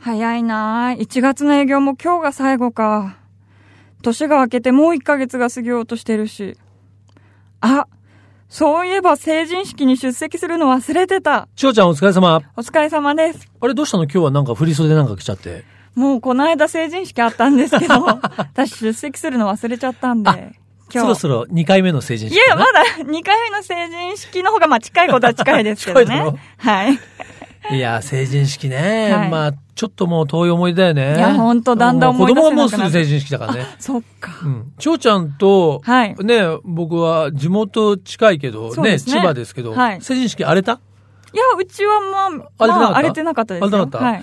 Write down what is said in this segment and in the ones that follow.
早いなぁ。1月の営業も今日が最後か。年が明けてもう1ヶ月が過ぎようとしてるし。あ、そういえば成人式に出席するの忘れてた。 しおちゃんお疲れ様。 お疲れ様です。 あれどうしたの？今日はなんか振り袖なんか着ちゃって。 もうこの間成人式あったんですけど、私出席するの忘れちゃったんで。 そろそろ2回目の成人式。 いや、まだ2回目の成人式の方が近いことは近いですけどね。はい。 いや、成人式ね。 はい、 まあ、ちょっともう遠い思い出だよね。 いや、ほんとだんだん思い出せなくなって。 子供はもうすぐ成人式だからね。 そっか。 しょうちゃんと、 はい、 ね、僕は地元近いけど、ね、千葉ですけど、はい、成人式荒れた？ いや、うちは荒れてなかったですよ。 荒れてなかった？ はい。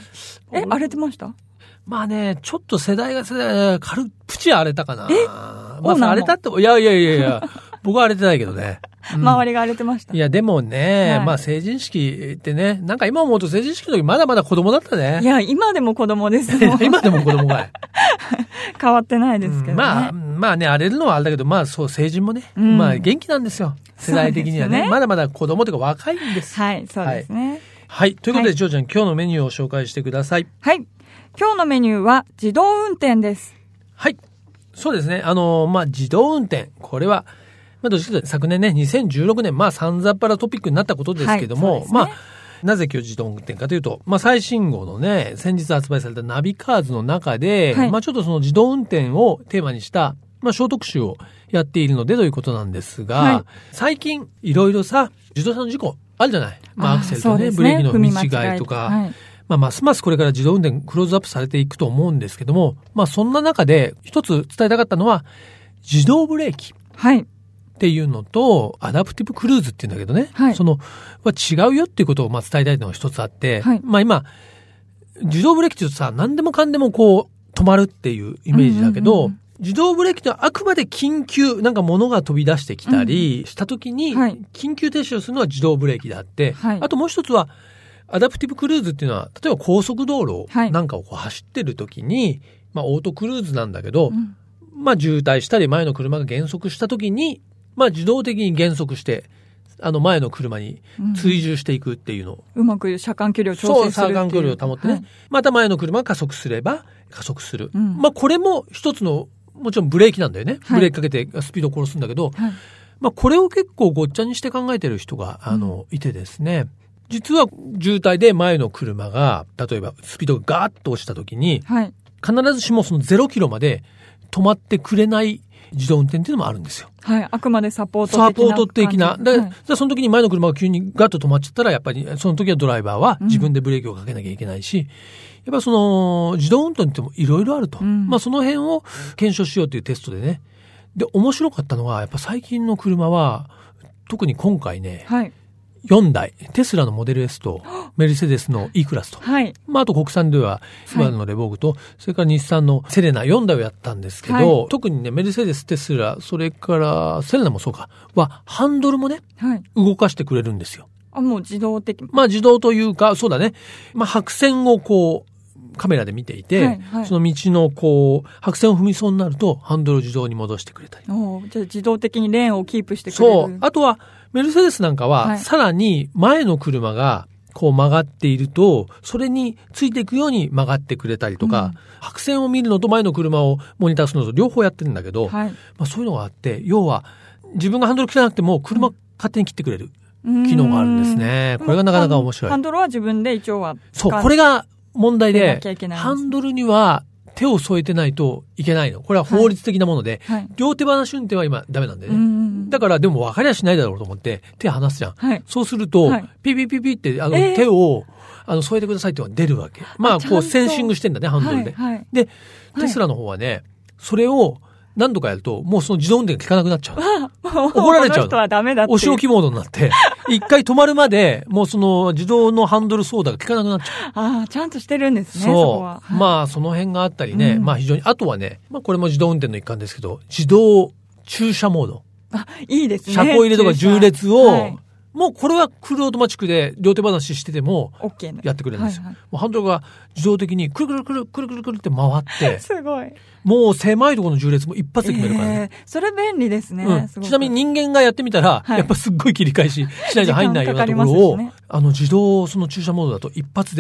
荒れてました？ まあね、ちょっと世代がプチ荒れたかな。まあ、荒れたって、いや、僕は荒れてないけどね。 周りが荒れてました。 いや、でもね、まあ成人式ってね、なんか今思うと成人式の時まだまだ子供だったね。 いや、今でも子供ですよ。今でも子供が。 変わってないですけどね。 まあね、荒れるのはあれだけど、まあそう、成人もね、まあ元気なんですよ。世代的にはね。まだまだ子供というか若いんです。 はい、そうですね。 はい。ということで、ジョーちゃん、今日のメニューを紹介してください。 はい。今日のメニューは自動運転です。 はい。そうですね。まあ自動運転。これは、まあ、どっちかというと昨年ね、2016年、まあ、さんざっぱらトピックになったことですけども、はい、まあ、なぜ今日自動運転かというと、まあ、最新号のね、先日発売されたナビカーズの中で、はい、まあ、ちょっとその自動運転をテーマにした、まあ、小特集をやっているのでということなんですが、はい、最近、いろいろさ、自動車の事故あるじゃない？まあ、アクセルとね、ブレーキの踏み違いとか、はい、まあ、ますますこれから自動運転クローズアップされていくと思うんですけども、まあ、そんな中で一つ伝えたかったのは、自動ブレーキ。 はい。 っていうのと、アダプティブクルーズっていうんだけどね。はい。その、違うよっていうことをまあ伝えたいのが一つあって、はい。まあ今、自動ブレーキって言うとさ、何でもかんでもこう、止まるっていうイメージだけど、自動ブレーキってあくまで緊急、なんか物が飛び出してきたりした時に、緊急停止をするのは自動ブレーキであって、はい。あともう一つは、アダプティブクルーズっていうのは、例えば高速道路なんかをこう走ってる時に、まあオートクルーズなんだけど、まあ渋滞したり前の車が減速した時に、まあ自動的に減速して、前の車に追従していくっていうのを。 うまく車間距離を調整するっていう。 そう、車間距離を保ってね。はい、また前の車が加速すれば加速する。まあこれも一つの、もちろんブレーキなんだよね。ブレーキかけてスピードを殺すんだけど、はい、まあこれを結構ごっちゃにして考えてる人が、いてですね。実は渋滞で前の車が、例えばスピードがガーッと落ちた時に、はい、必ずしもその0キロまで止まってくれない自動運転っていうのもあるんですよ。 はい。あくまでサポート的な。サポート的な。 で、はい、その時に前の車が急にガッと止まっちゃったら、やっぱりその時はドライバーは自分でブレーキをかけなきゃいけないし、やっぱその自動運転ってもいろいろあると。まあその辺を検証しようというテストでね。で、面白かったのは、やっぱ最近の車は、特に今回ね、はい、4台、テスラのモデル S とメルセデスの E クラスと、はい、まああと国産ではスバルのレボーグと、それから日産のセレナ4台をやったんですけど、はい、特にねメルセデス、テスラ、それからセレナもそうかはハンドルもね、はい、動かしてくれるんですよ。 あ、もう自動的。 まあ自動というか、そうだね。まあ白線をこうカメラで見ていて、はいはい、その道のこう白線を踏みそうになるとハンドルを自動に戻してくれたり。 じゃあ自動的にレーンをキープしてくれる。 そう。あとはメルセデスなんかは、さらに前の車がこう曲がっていると、それについていくように曲がってくれたりとか、白線を見るのと前の車をモニターするのと両方やってるんだけど、はい、まあそういうのがあって、要は自分がハンドル切らなくても車勝手に切ってくれる機能があるんですね。これがなかなか面白い。 ハンドルは自分で一応はそう、これが問題で、ハンドルには手を添えてないといけないの。これは法律的なもので、はいはい、両手放し運転は今ダメなんでね。だからでも分かりゃしないだろうと思って手離すじゃん。はい、そうすると、はい、ピピピピって手を添えてくださいってのが出るわけ。まあこうセンシングしてんだね、ハンドルで。はいはい、で、テスラの方はね、それを何度かやると、もうその自動運転が効かなくなっちゃう。怒られちゃう。 この人はダメだって。 お仕置きモードになって、一回止まるまで、もうその自動のハンドル操作が効かなくなっちゃう。 ああ、ちゃんとしてるんですね、 そこは。 はい、まあその辺があったりね、まあ非常に、あとはね、まあこれも自動運転の一環ですけど、自動駐車モード。 あ、いいですね。 車庫入れとか縦列を、はい、もうこれはフルオートマチックで両手放ししててもやってくれるんですよ。はいはい、もうハンドルが自動的にくるくるくるくるくるくるって回ってすごい。 もう狭いところの縦列も一発で決めるからね。 それ便利ですね。 ちなみに人間がやってみたら、はい、やっぱすっごい切り返ししないと入んないようなところを、自動その駐車モードだと一発で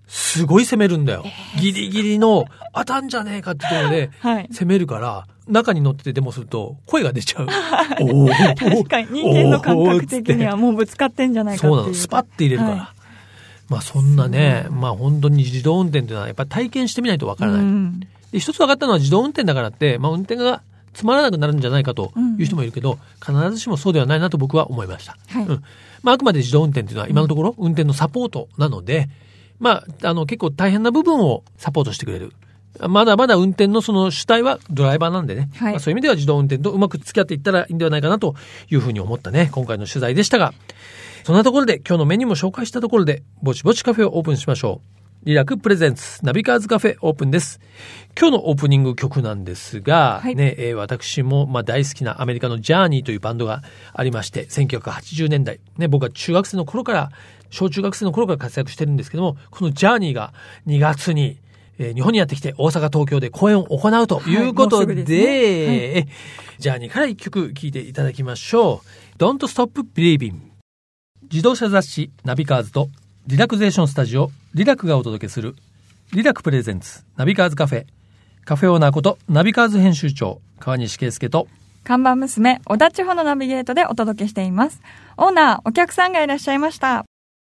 すごい攻めるんだよ。ギリギリの当たんじゃねえかってところで攻めるから、中に乗っててデモすると声が出ちゃう。 確かに人間の感覚的にはもうぶつかってんじゃないかっていう。 そうなの、スパッて入れるから。まあそんなね、まあ本当に自動運転っていうのはやっぱり体験してみないとわからない。で、一つ分かったのは自動運転だからって、まあ運転がつまらなくなるんじゃないかという人もいるけど、必ずしもそうではないなと僕は思いました。まああくまで自動運転っていうのは今のところ運転のサポートなので、まあ結構大変な部分をサポートしてくれる。まだまだ運転のその主体はドライバーなんでね、まあ、そういう意味では自動運転とうまく付き合っていったらいいんではないかなというふうに思ったね、今回の取材でしたが、そんなところで今日のメニューも紹介したところで、ぼちぼちカフェをオープンしましょう。リラクプレゼンツナビカーズカフェオープンです。今日のオープニング曲なんですが、私も大好きなアメリカのジャーニーというバンドがありまして、1980年代、僕は中学生の頃から、小中学生の頃から活躍してるんですけども、このジャーニーが2月に日本にやってきて大阪、東京で公演を行うということで、ジャーニーから一曲聴いていただきましょう。Don't Stop Believing。自動車雑誌ナビカーズとリラクゼーションスタジオリラクがお届けするリラクプレゼンツナビカーズカフェ。カフェオーナーことナビカーズ編集長川西圭介と看板娘小田千穂のナビゲートでお届けしています。オーナー、お客さんがいらっしゃいました。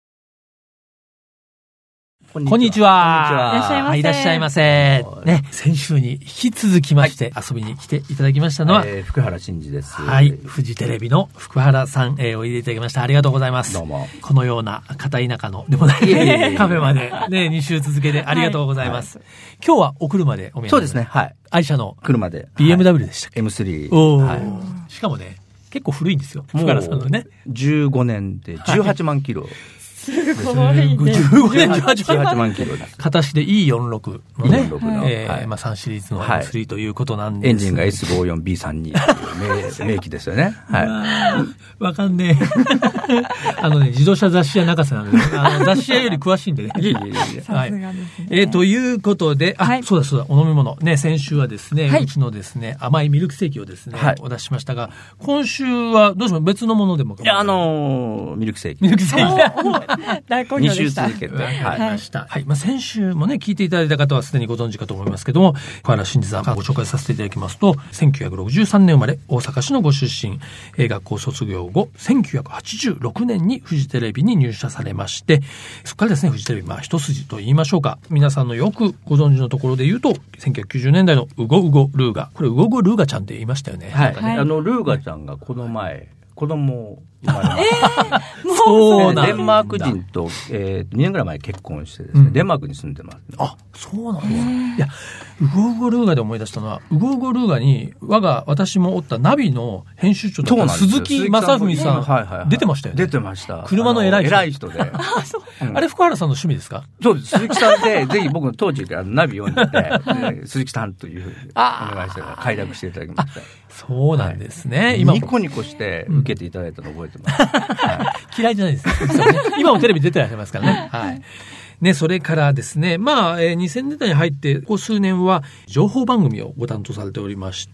こんにちは。 いらっしゃいませ。 いらっしゃいませ。ね、先週に引き続きまして、遊びに来ていただきましたのは、 福原真二です。 はい。フジテレビの福原さん、おいでいただきました。ありがとうございます。 どうも。 このような片田舎のでもないカフェまでね、2週続けてありがとうございます。今日はお車でお見えそうですね。はい。 愛車の車で。 BMW でしたっけ？ M3。 はい。しかもね、結構古いんですよ。福原さんのね。 15年で18万キロ。 すごいね。 15年18 万キロです。 形で E46 のね、 3 シリーズの M3 ということなんです。 エンジンが S54B32 という名機ですよね。 はい。わかんねえ。自動車雑誌屋中瀬なんで、雑誌屋より詳しいんでね。 さすがですね。 ということで、そうだ、お飲み物。ね、先週はですね、うちのですね、甘いミルクセーキをですね、お出ししましたが、今週はどうします？別のものでも。 いや、ミルクセーキ。 ミルクセーキ。 大好評でした。 2週続けて。 はい。先週もね、聞いていただいた方はすでにご存知かと思いますけども、福原真二さんご紹介させていただきますと、1963年生まれ、大阪市のご出身、学校卒業後、1986年にフジテレビに入社されまして、そこからですね、フジテレビ、一筋と言いましょうか、皆さんのよくご存知のところで言うと、1990年代のウゴウゴルーガ。これ、ウゴウゴルーガちゃんって言いましたよね。 はい。ルーガちゃんがこの前、子供を生まれました。 そうなんだ。 デンマーク人と、2年ぐらい前結婚してですね、デンマークに住んでます。 あ、そうなんだ。いや、ウゴウゴルーガで思い出したのは、ウゴウゴルーガに私もおったナビの編集長だった鈴木正文さん、出てましたよね。 出てました。 車の偉い人で。 あれ、福原さんの趣味ですか？ そうです。鈴木さんで、ぜひ僕の当時からナビ読んでて、鈴木さんというふうにお願いして快諾していただきました。 そうなんですね。 今ニコニコして受けていただいたのを覚えてます。 嫌いじゃないです。今もテレビ出てらっしゃいますからね。はい。ね、それからですね、2000年代に入って、ここ数年は情報番組をご担当されておりまして、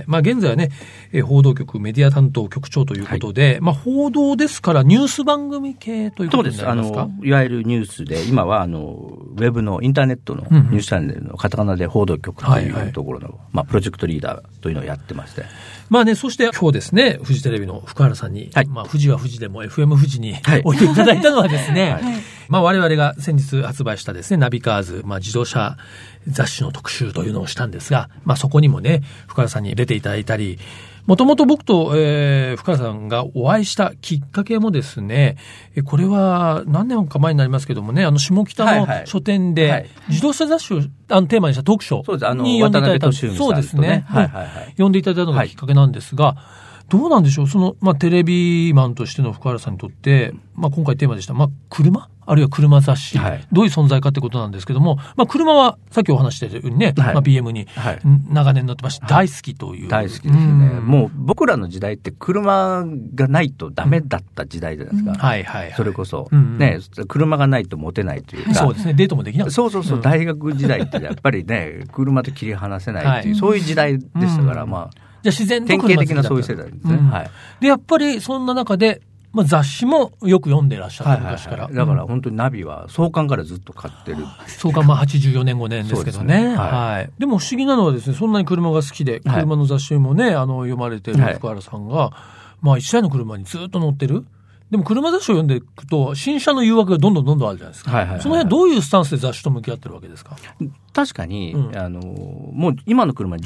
現在はね、報道局メディア担当局長ということで、報道ですからニュース番組系ということになりますか？ そうです。いわゆるニュースで、今はウェブのインターネットのニュースチャンネルのカタカナで報道局というところの、プロジェクトリーダーというのをやってまして。 そして今日ですね、フジテレビの福原さんに、富士は富士でも FM 富士においていただいたのはですね、我々が先日発売したですね、ナビカーズ、自動車雑誌の特集というのをしたんですが、そこにもね、福原さんに出ていただいたり、もともと僕と、福原さんがお会いしたきっかけもですね、これは何年か前になりますけどもね、下北の書店で、自動車雑誌をテーマにしたトークショーに呼んでいただいた。そうですね。呼んでいただいたのがきっかけなんですが、どうなんでしょう、テレビマンとしての福原さんにとって、今回テーマでした、車あるいは車雑誌、どういう存在かってことなんですけども、車はさっきお話してたようにね、BM に長年乗ってまして、大好きという。 大好きですよね。もう僕らの時代って車がないとダメだった時代じゃないですか。それこそ、ね、車がないとモテないというか。 そうですね、デートもできなかった。 そう、大学時代ってやっぱりね、車と切り離せないっていう、そういう時代でしたから、 じゃ自然と典型的なそういう世代ですね。 で、やっぱりそんな中で、 まあ、雑誌もよく読んでらっしゃった昔から、 だから本当にナビは創刊からずっと買ってる。 創刊84年5年ですけどね。はい。でも不思議なのはですね、そんなに車が好きで、車の雑誌もね、読まれてる福原さんが、まあ一台の車にずっと乗ってる。でも車雑誌を読んでいくと、新車の誘惑がどんどんあるじゃないですか。その辺どういうスタンスで雑誌と向き合ってるわけですか？ 確かに、もう今の車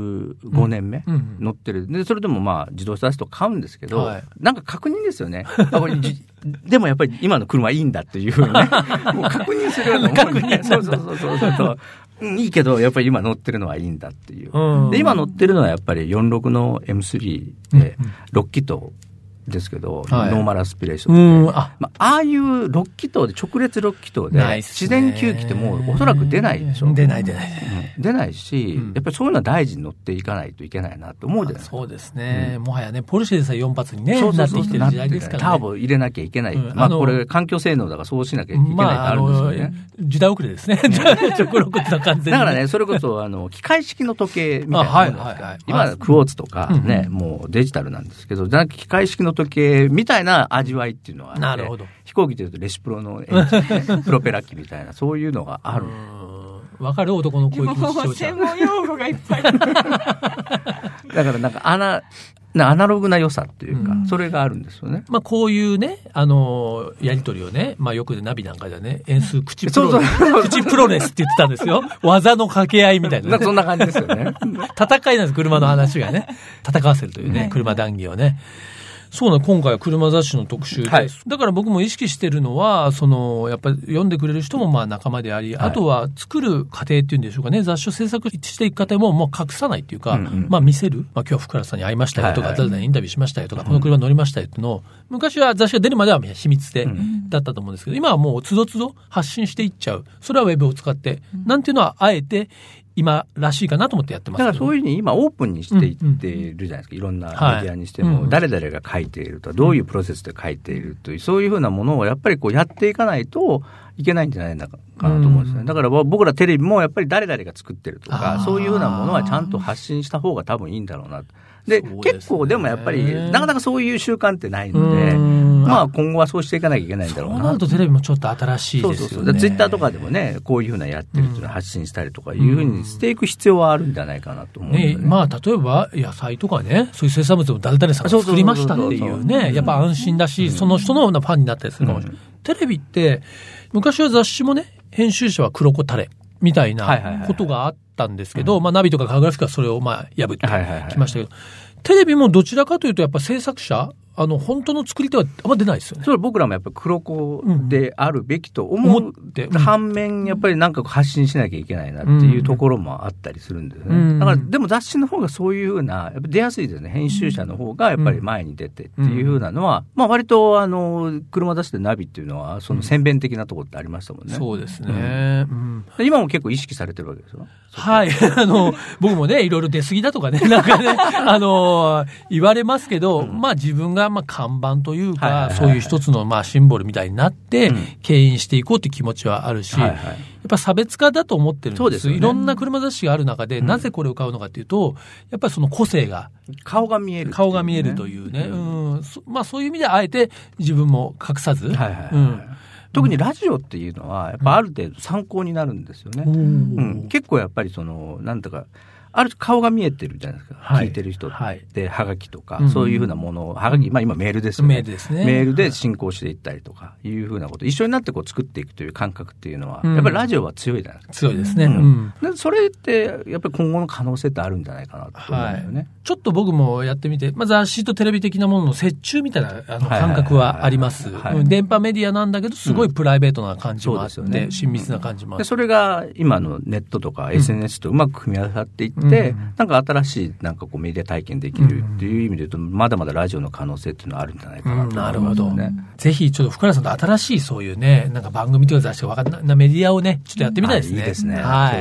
15年目、乗ってる。で、それでもまあ自動車雑誌と買うんですけど、なんか確認ですよね。でもやっぱり今の車いいんだっていうふうにね、もう確認するようなもんね。そういいけど、やっぱり今乗ってるのはいいんだっていう。で、今乗ってるのはやっぱり46の M3 で、6気筒ですけど、ノーマルアスピレーションで、ああいう6気筒で、直列6気筒で、自然吸気ってもうおそらく出ないでしょ。 出ない。 出ないし、やっぱりそういうのは大事に乗っていかないといけないなと思うじゃないですか。 そうですね。もはやね、ポルシェでさえ4発にね、なってきてる時代ですからね。 ターボ入れなきゃいけない。まあこれ環境性能だからそうしなきゃいけないってあるんですよね。 時代遅れですね。直録って完全に。 だからね、それこそ機械式の時計みたいなものですから。今クォーツとかね、もうデジタルなんですけど、機械式の時計みたいな味わいっていうのはあって、 なるほど。 飛行機でいうとレシプロのエンジン、プロペラ機みたいな、そういうのがある。 わかる男の声気持ちもう専門用語がいっぱい。だからなんかアナログな良さっていうか、それがあるんですよね。 まあこういうね、やりとりをね、まあよくナビなんかでね、円数口プロレス、口プロレスって言ってたんですよ。技の掛け合いみたいな、ね。 そんな感じですよね。 戦いなんです、車の話がね。戦わせるというね、車談義をね。そうな、今回は車雑誌の特集です。だから僕も意識してるのは、やっぱり読んでくれる人もまあ仲間であり、あとは作る過程っていうんでしょうかね、雑誌を制作していく過程ももう隠さないっていうか、まあ見せる。まあ今日福原さんに会いましたよとか、誰々にインタビューしましたよとか、この車乗りましたよっていうのを、昔は雑誌が出るまでは秘密で、だったと思うんですけど、今はもうつどつど発信していっちゃう。それはウェブを使って、なんていうのはあえて、今らしいかなと思ってやってます。 だからそういうふうに今オープンにしていってるじゃないですか。いろんなメディアにしても、誰々が書いていると、どういうプロセスで書いているという、そういうふうなものをやっぱりこうやっていかないといけないんじゃないかなと思うんですね。だから僕らテレビもやっぱり誰々が作ってるとか、そういうふうなものはちゃんと発信した方が多分いいんだろうな。で、結構でもやっぱりなかなかそういう習慣ってないので、まあ今後はそうしていかなきゃいけないんだろうな。 そうなるとテレビもちょっと新しいですよね。 ツイッターとかでもね、こういうふうなやってるっていうのを発信したりとかいうふうにしていく必要はあるんじゃないかなと思う、ね。 まあ例えば野菜とかね、そういう生産物を誰々さんが作りましたっていうね、やっぱ安心だし、その人のファンになったりするかもしれない。テレビって昔は雑誌もね、編集者は黒子タレみたいなことがあったんですけど、まあナビとかカーグラフィックはそれをまあ破ってきましたけど、テレビもどちらかというとやっぱ制作者、本当の作り手はあんま出ないですよね。 それ僕らもやっぱり黒子であるべきと思って、反面やっぱりなんか発信しなきゃいけないなっていうところもあったりするんですね。だからでも雑誌の方がそういうふうな、やっぱ出やすいですね。編集者の方がやっぱり前に出てっていうふうなのは、まあ割と車雑誌でナビっていうのはその宣伝的なところってありましたもんね。 そうですね。 今も結構意識されてるわけですよ。 はい。僕もね、いろいろ出過ぎだとかね、なんかね、言われますけど、まあ自分がまあ看板というか、そういう一つのまあシンボルみたいになって、牽引していこうって気持ちはあるし、やっぱ差別化だと思ってるんです。そうですよね。いろんな車雑誌がある中で、なぜこれを買うのかっていうと、やっぱりその個性が。 顔が見える。 顔が見えるというね。まあそういう意味であえて自分も隠さず。 特にラジオっていうのは、やっぱある程度参考になるんですよね。結構やっぱりなんとか、ある顔が見えてるじゃないですか。聞いてる人で、はがきとか、そういうふうなものを、はがき、まあ今メールですよね。メールですね。メールで進行していったりとか、いうふうなこと、一緒になってこう作っていくという感覚っていうのは、やっぱりラジオは強いじゃないですか。 強いですね。 それって、やっぱり今後の可能性ってあるんじゃないかなと思うんですよね。 ちょっと僕もやってみて、まあ雑誌とテレビ的なものの折衷みたいな感覚はあります。電波メディアなんだけど、すごいプライベートな感じもあって、親密な感じもあって。 それが今のネットとか SNS とうまく組み合わさっていって、なんか新しいなんかこうメディア体験できるっていう意味で言うと、まだまだラジオの可能性っていうのはあるんじゃないかなと思いますね。なるほど。ぜひちょっと福原さんと新しいそういうね、なんか番組とか雑誌が分かんないメディアをね、ちょっとやってみたいですね。 いいですね。 はい。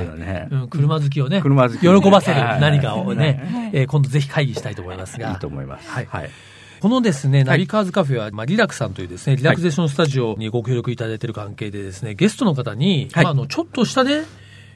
車好きをね、喜ばせる何かをね、今度ぜひ会議したいと思いますが。 いいと思います。はい。 このですね、ナビカーズカフェは、まあ、リラクさんというですね、リラクゼーションスタジオにご協力いただいている関係でですね、ゲストの方に、ちょっとしたね、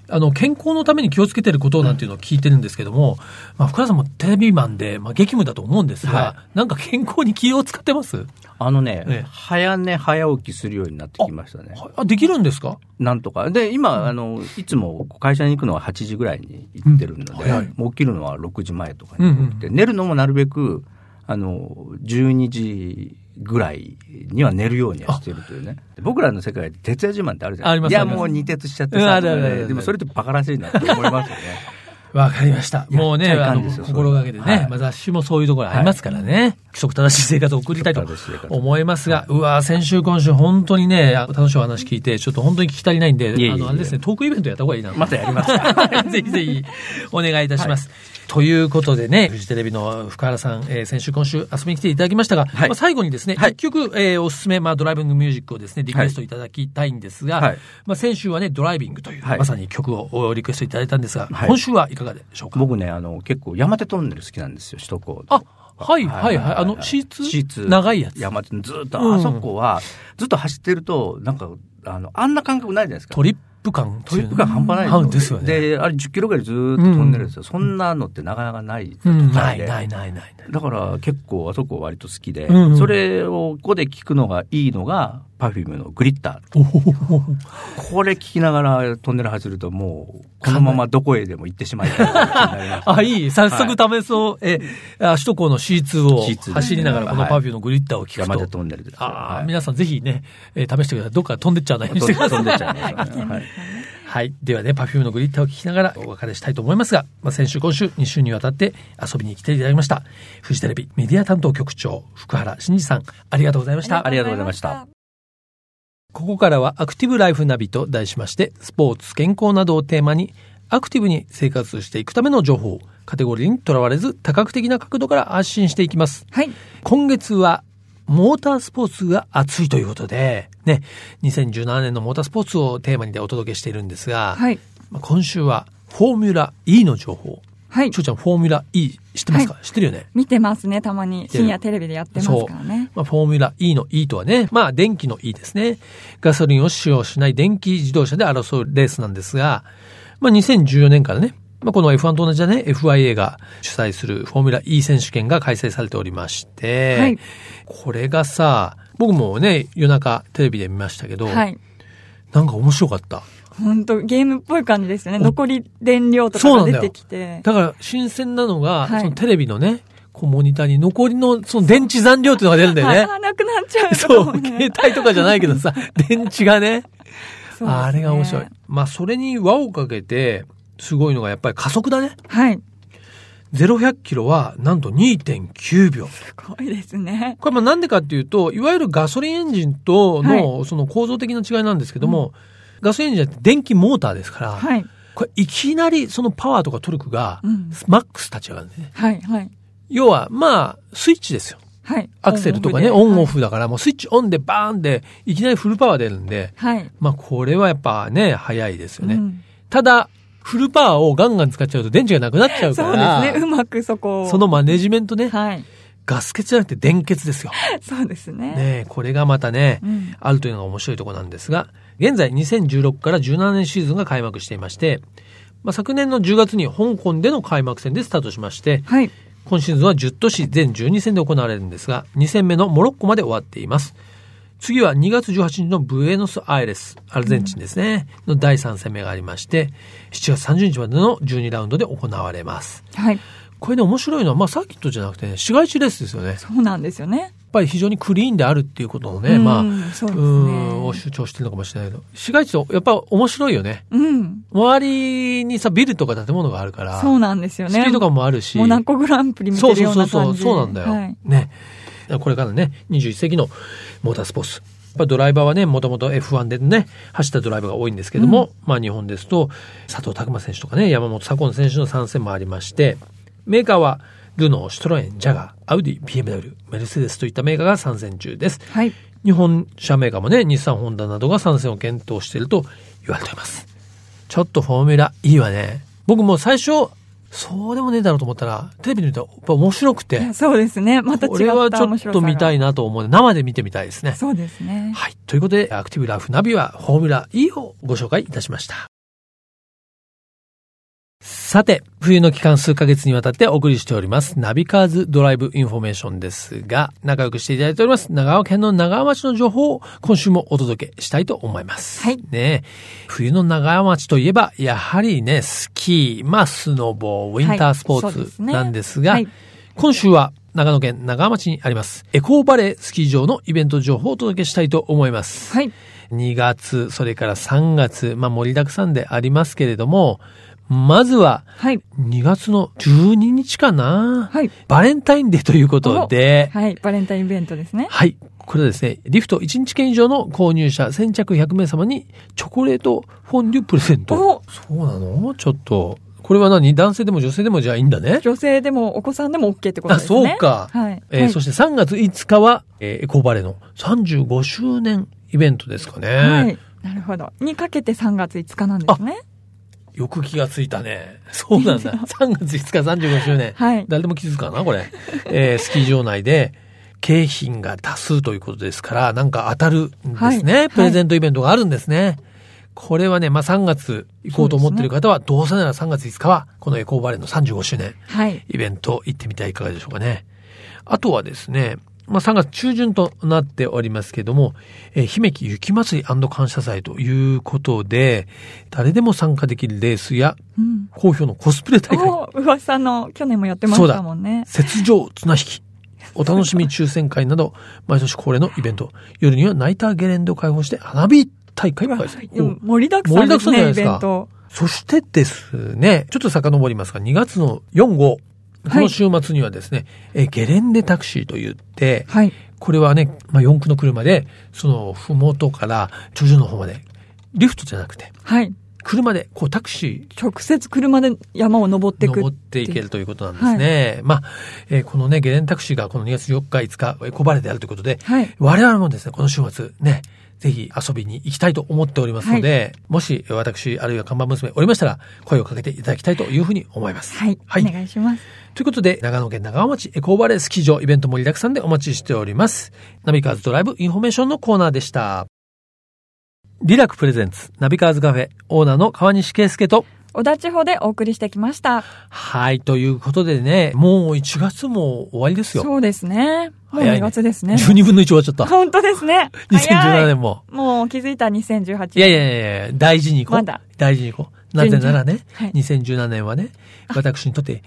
健康のために気をつけてることなんていうのを聞いてるんですけども、福原さんもテレビマンで、激務だと思うんですが、なんか健康に気を使ってます？ 早寝早起きするようになってきましたね。 できるんですか？ なんとか。で、今、いつも会社に行くのは8時ぐらいに行ってるので、もう起きるのは6時前とかに起きて、寝るのもなるべく、12時ぐらいには寝るようにはしてるというね。僕らの世界で徹夜自慢ってあるじゃないですか。もう二徹しちゃってさ、でもそれってバカらしいなって思いますよね。 わかりました。もうね、心がけてね、雑誌もそういうところありますからね、規則正しい生活を送りたいと思いますが、先週今週本当にね、楽しいお話聞いて、ちょっと本当に聞き足りないんで、あれですね、トークイベントやった方がいいな。 またやりますか。 ぜひぜひお願いいたします。ということでね、フジテレビの福原さん、先週今週遊びに来ていただきましたが、最後にですね、一曲、おすすめ、ドライビングミュージックをですね、リクエストいただきたいんですが、先週はね、ドライビングという、まさに曲をリクエストいただいたんですが、今週はいかがでしょうか？ 僕ね、結構山手トンネル好きなんですよ、首都高。 シーツ長いやつ。 山手ずっと、あそこは、ずっと走ってると、なんか、あんな感覚ないじゃないですか。 トリップ感半端ないですよね。 で、あれ10キロぐらいずっと飛んでるんですよ。そんなのってなかなかない。 ない。 だから結構あそこ割と好きで、それをここで聞くのがいいのが、Perfume のグリッター。これ聞きながらトンネル走るともう、このままどこへでも行ってしまいたいなります。 いい。早速試そう。首都高の C2 を走りながらこの Perfume のグリッターを聞くと。 山手トンネルです。 皆さんぜひね、試してください。どっか飛んでっちゃわないようにしてください。 飛んでっちゃいます。 はい。ではね、Perfume のグリッターを聞きながらお別れしたいと思いますが、先週今週2週にわたって遊びに来ていただきました。フジテレビメディア担当局長、福原慎二さん、ありがとうございました。 ありがとうございました。 ここからはアクティブライフナビと題しまして、スポーツ、健康などをテーマに、アクティブに生活していくための情報、カテゴリーにとらわれず、多角的な角度から発信していきます。 はい。 今月は、モータースポーツが熱いということで、ね、2017年のモータースポーツをテーマにでお届けしているんですが、 はい。 今週は、フォーミュラ E の情報。 はい。 ちょうちゃん、フォーミュラ E 知ってますか？知ってるよね？ 見てますね、たまに。深夜テレビでやってますからね。 フォーミュラ E の E とはね、電気の E ですね。ガソリンを使用しない電気自動車で争うレースなんですが、2014年からね、この F1 と同じだね、FIA が主催するフォーミュラ E 選手権が開催されておりまして、はい、これがさ、僕もね、夜中テレビで見ましたけど、はい、なんか面白かった。 本当ゲームっぽい感じですよね。残り電量とかが出てきて。 だから新鮮なのが、そのテレビのね、モニターに残りのその電池残量っていうのが出るんだよね。 なくなっちゃう。 そう、携帯とかじゃないけどさ、電池がね。あれが面白い。それに輪をかけて、すごいのがやっぱり加速だね。 はい。 0-100キロはなんと 2.9 秒。 すごいですね。 これなんでかっていうと、いわゆるガソリンエンジンとのその構造的な違いなんですけども、ガソリンエンジンって電気モーターですから、はい、これいきなりそのパワーとかトルクがマックス立ち上がるんですね。 はいはい。 要はスイッチですよ。はい。アクセルとかね、オンオフだから、もうスイッチオンでバーンでいきなりフルパワー出るんで、はい。これはやっぱね、早いですよね。ただ、フルパワーをガンガン使っちゃうと電池がなくなっちゃうから。 そうですね。うまくそのマネジメントね。 はい。 ガス欠じゃなくて電欠ですよ。 そうですね。 ね、これがまたね、あるというのが面白いところなんですが、現在2016から17年シーズンが開幕していまして、昨年の10月に香港での開幕戦でスタートしまして、はい、今シーズンは10都市全12戦で行われるんですが、2戦目のモロッコまで終わっています。次は2月18日のブエノスアイレス、アルゼンチンですね、の第3戦目がありまして、7月30日までの12ラウンドで行われます。はい。これね、面白いのは、サーキットじゃなくて、市街地レースですよね。 そうなんですよね。 やっぱり非常にクリーンであるっていうことをね、 そうですね。 を主張してるのかもしれないけど、市街地とやっぱ面白いよね。周りにさ、ビルとか建物があるから。 そうなんですよね。 スキーとかもあるし。 モナコグランプリ見てるような感じ。 そうなんだよ。はい、ね。これからね、21世紀のモータースポーツ。ドライバーはね、もともと F1 でね、走ったドライバーが多いんですけども、日本ですと、佐藤拓磨選手とかね、山本左近選手の参戦もありまして、メーカーは、ルノー、シトロエン、ジャガー、アウディ、BMW、メルセデスといったメーカーが参戦中です。はい。日本車メーカーもね、日産、ホンダなどが参戦を検討していると言われています。ちょっとフォーミュラ E はね、僕も最初、そうでもねえだろうと思ったら、テレビで見たらやっぱ面白くて。 そうですね。また違った面白さが。 これはちょっと見たいなと思うので、生で見てみたいですね。 そうですね。 はい。ということで、アクティブライフナビはフォーミュラ E をご紹介いたしました。 さて、冬の期間数ヶ月にわたってお送りしております、ナビカーズドライブインフォメーションですが、仲良くしていただいております、長川県の長川町の情報を今週もお届けしたいと思います。 はい。 ね、冬の長川町といえば、やはりね、スキー、スノボー、ウィンタースポーツなんですが、今週は長野県長川町にあります、エコーバレースキー場のイベント情報をお届けしたいと思います。 はい。 2月、それから3月、盛りだくさんでありますけれども、まずは、2月の12日かな、はい、バレンタインデーということで、 はい、バレンタインイベントですね。 はい、これはですね、リフト1日券以上の購入者先着100名様にチョコレートフォンデュプレゼント。そうなの？ちょっと。これは何？男性でも女性でもじゃあいいんだね。 女性でもお子さんでも OK ってことですね。 そうか。はい。そして3月5日は、エコーバレーの35周年イベントですかね。はい。 なるほど。にかけて3月5日なんですね。 よく気がついたね。そうなんだ。3月5日35周年。はい。誰でも気づくかなこれ。スキー場内で景品が多数ということですから、なんか当たるんですね。はい、プレゼントイベントがあるんですね。これはね、3月行こうと思っている方は、どうせなら3月5日は、このエコーバレーの35周年、イベント行ってみてはいかがでしょうかね。あとはですね、3月中旬となっておりますけども、姫木雪まつり&感謝祭ということで、誰でも参加できるレースや、好評のコスプレ大会。 噂の去年もやってましたもんね。 雪上綱引き。お楽しみ抽選会など、毎年恒例のイベント。夜にはナイターゲレンデを開放して花火大会も開催。 盛りだくさんですね、イベント。 そしてですね、ちょっと遡りますが、2月の4、5。この週末にはですね、ゲレンデタクシーと言って、はい、これはね、四駆の車で、その、ふもとから頂上の方まで、リフトじゃなくて、はい、車で、タクシー。直接車で山を登っていく。 登っていけるということなんですね。はい、このね、ゲレンデタクシーがこの2月4日、5日、エコバレーであるということで、はい、我々もですね、この週末、ね、ぜひ遊びに行きたいと思っておりますので、はい、もし私、あるいは看板娘おりましたら、声をかけていただきたいというふうに思います。 はい。はい、お願いします。 ということで、長野県長川町エコーバレースキー場イベント盛りだくさんでお待ちしております。ナビカーズドライブインフォメーションのコーナーでした。リラクプレゼンツナビカーズカフェオーナーの川西圭介と小田地方でお送りしてきました。 はい。ということでね、もう1月も終わりですよ。 そうですね。もう2月ですね。 12分の1終わっちゃった。 本当ですね。 2017年も。 もう気づいた2018年。 いや、大事に行こう。まだ。大事に行こう。なぜならね、はい、2017年はね、私にとって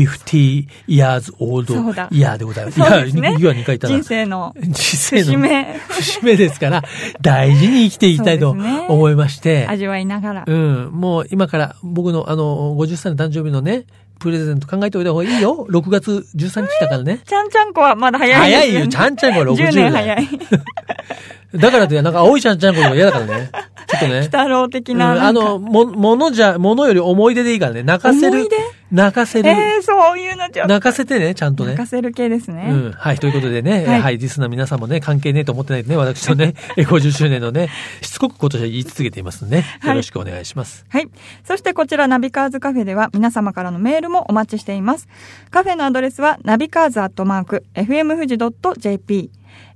50 years old year でございます。 そうですね。 いや、2回言ったな。 人生の節目。 節目ですから、大事に生きていきたいと思いまして。 味わいながら。 もう今から僕の50歳の誕生日のね、プレゼント考えておいた方がいいよ。6月13日だからね。 ちゃんちゃんこはまだ早いですよね。 早いよ、ちゃんちゃんこは60年。 10年早い。 だからってなんか青いちゃんちゃんこが嫌だからね。ちょっとね。 鬼太郎的な。 ものより思い出でいいからね。泣かせる。 思い出？ 泣かせる。 そういうのちょっと。 泣かせてね、ちゃんとね。 泣かせる系ですね。 はい。ということでね、はい、リスナー皆さんもね、関係ねえと思ってないでね、私のね、50周年のね、しつこく今年は言い続けていますのでね、よろしくお願いします。 はい。そしてこちらナビカーズカフェでは皆様からのメールもお待ちしています。カフェのアドレスはナビカーズ@fmfuji.jp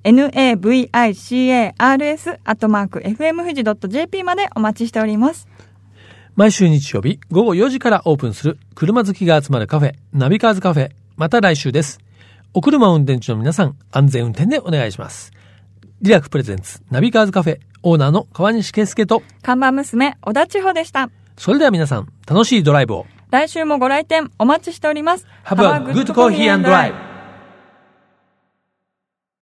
navicars@fmfuji.jp までお待ちしております。 毎週日曜日午後4時からオープンする車好きが集まるカフェ、ナビカーズカフェ。また来週です。お車運転中の皆さん、安全運転でお願いします。リラクプレゼンツナビカーズカフェオーナーの川西圭介と看板娘小田千穂でした。 それでは皆さん、楽しいドライブを。 来週もご来店お待ちしております。 Have a good coffee and drive.